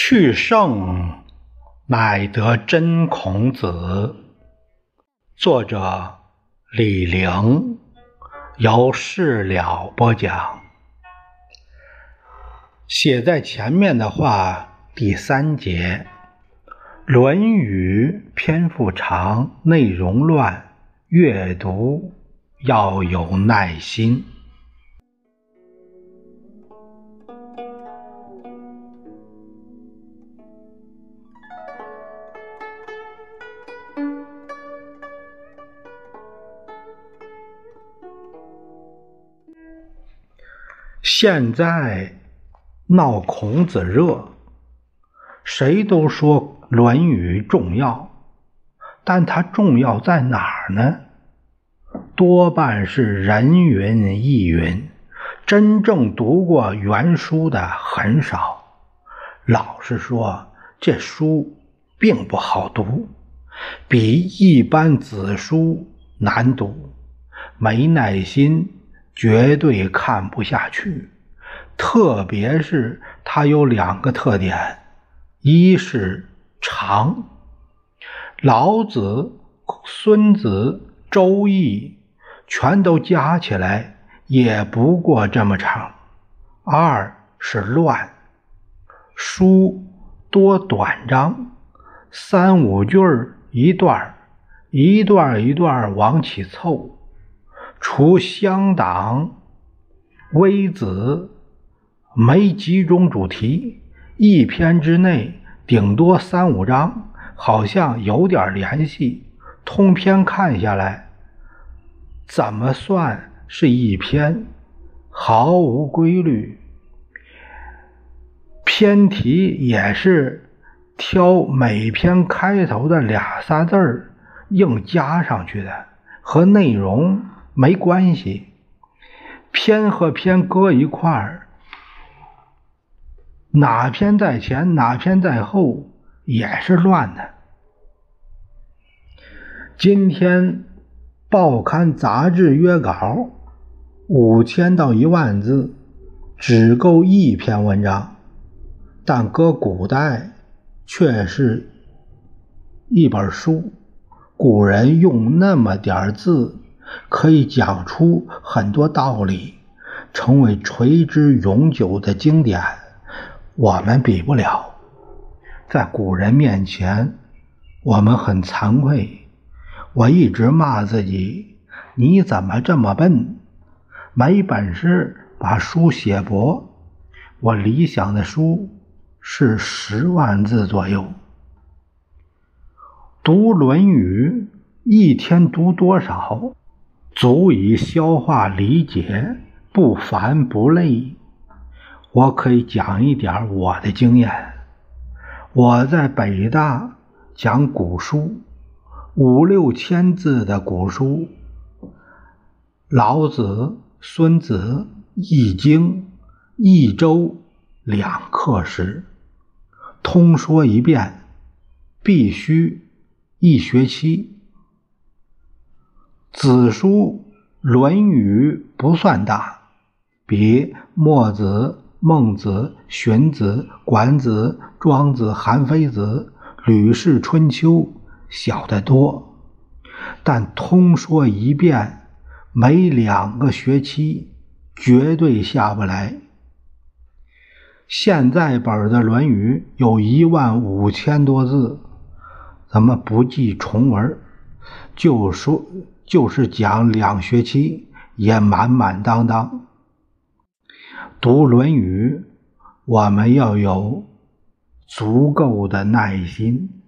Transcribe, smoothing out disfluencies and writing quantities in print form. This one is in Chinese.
去圣乃得真孔子。作者李陵，由事了播讲。写在前面的话，第3节，论语篇幅长，内容乱，阅读要有耐心。现在闹孔子热，谁都说《论语》重要，但它重要在哪儿呢？多半是人云亦云，真正读过原书的很少。老实说，这书并不好读，比一般子书难读，没耐心绝对看不下去。特别是它有2个特点，一是长，老子、孙子、周易全都加起来也不过这么长。2是乱，书多短章，3、5句一段，一段一段往起凑，除乡党、微子没集中主题，一篇之内顶多3、5章，好像有点联系，通篇看下来怎么算是一篇，毫无规律。篇题也是挑每篇开头的2、3字硬加上去的，和内容没关系。篇和篇搁一块儿，哪篇在前哪篇在后也是乱的。今天报刊杂志约稿5000到10000字，只够一篇文章，但搁古代却是一本书。古人用那么点字可以讲出很多道理，成为垂之永久的经典，我们比不了。在古人面前，我们很惭愧。我一直骂自己，你怎么这么笨，没本事把书写薄。我理想的书是10万字左右。读《论语》一天读多少，足以消化理解，不烦不累。我可以讲一点我的经验。我在北大讲古书，5、6千字的古书，老子、孙子、易经、一周2课时，通说一遍，必须1学期。子书《论语》不算大，比墨子、孟子、荀子、管子、庄子、韩非子、吕氏春秋小得多，但通说一遍每2个学期绝对下不来。现在本的《论语》有15000多字，咱们不计重文，就是讲2学期也满满当当。读《论语》，我们要有足够的耐心。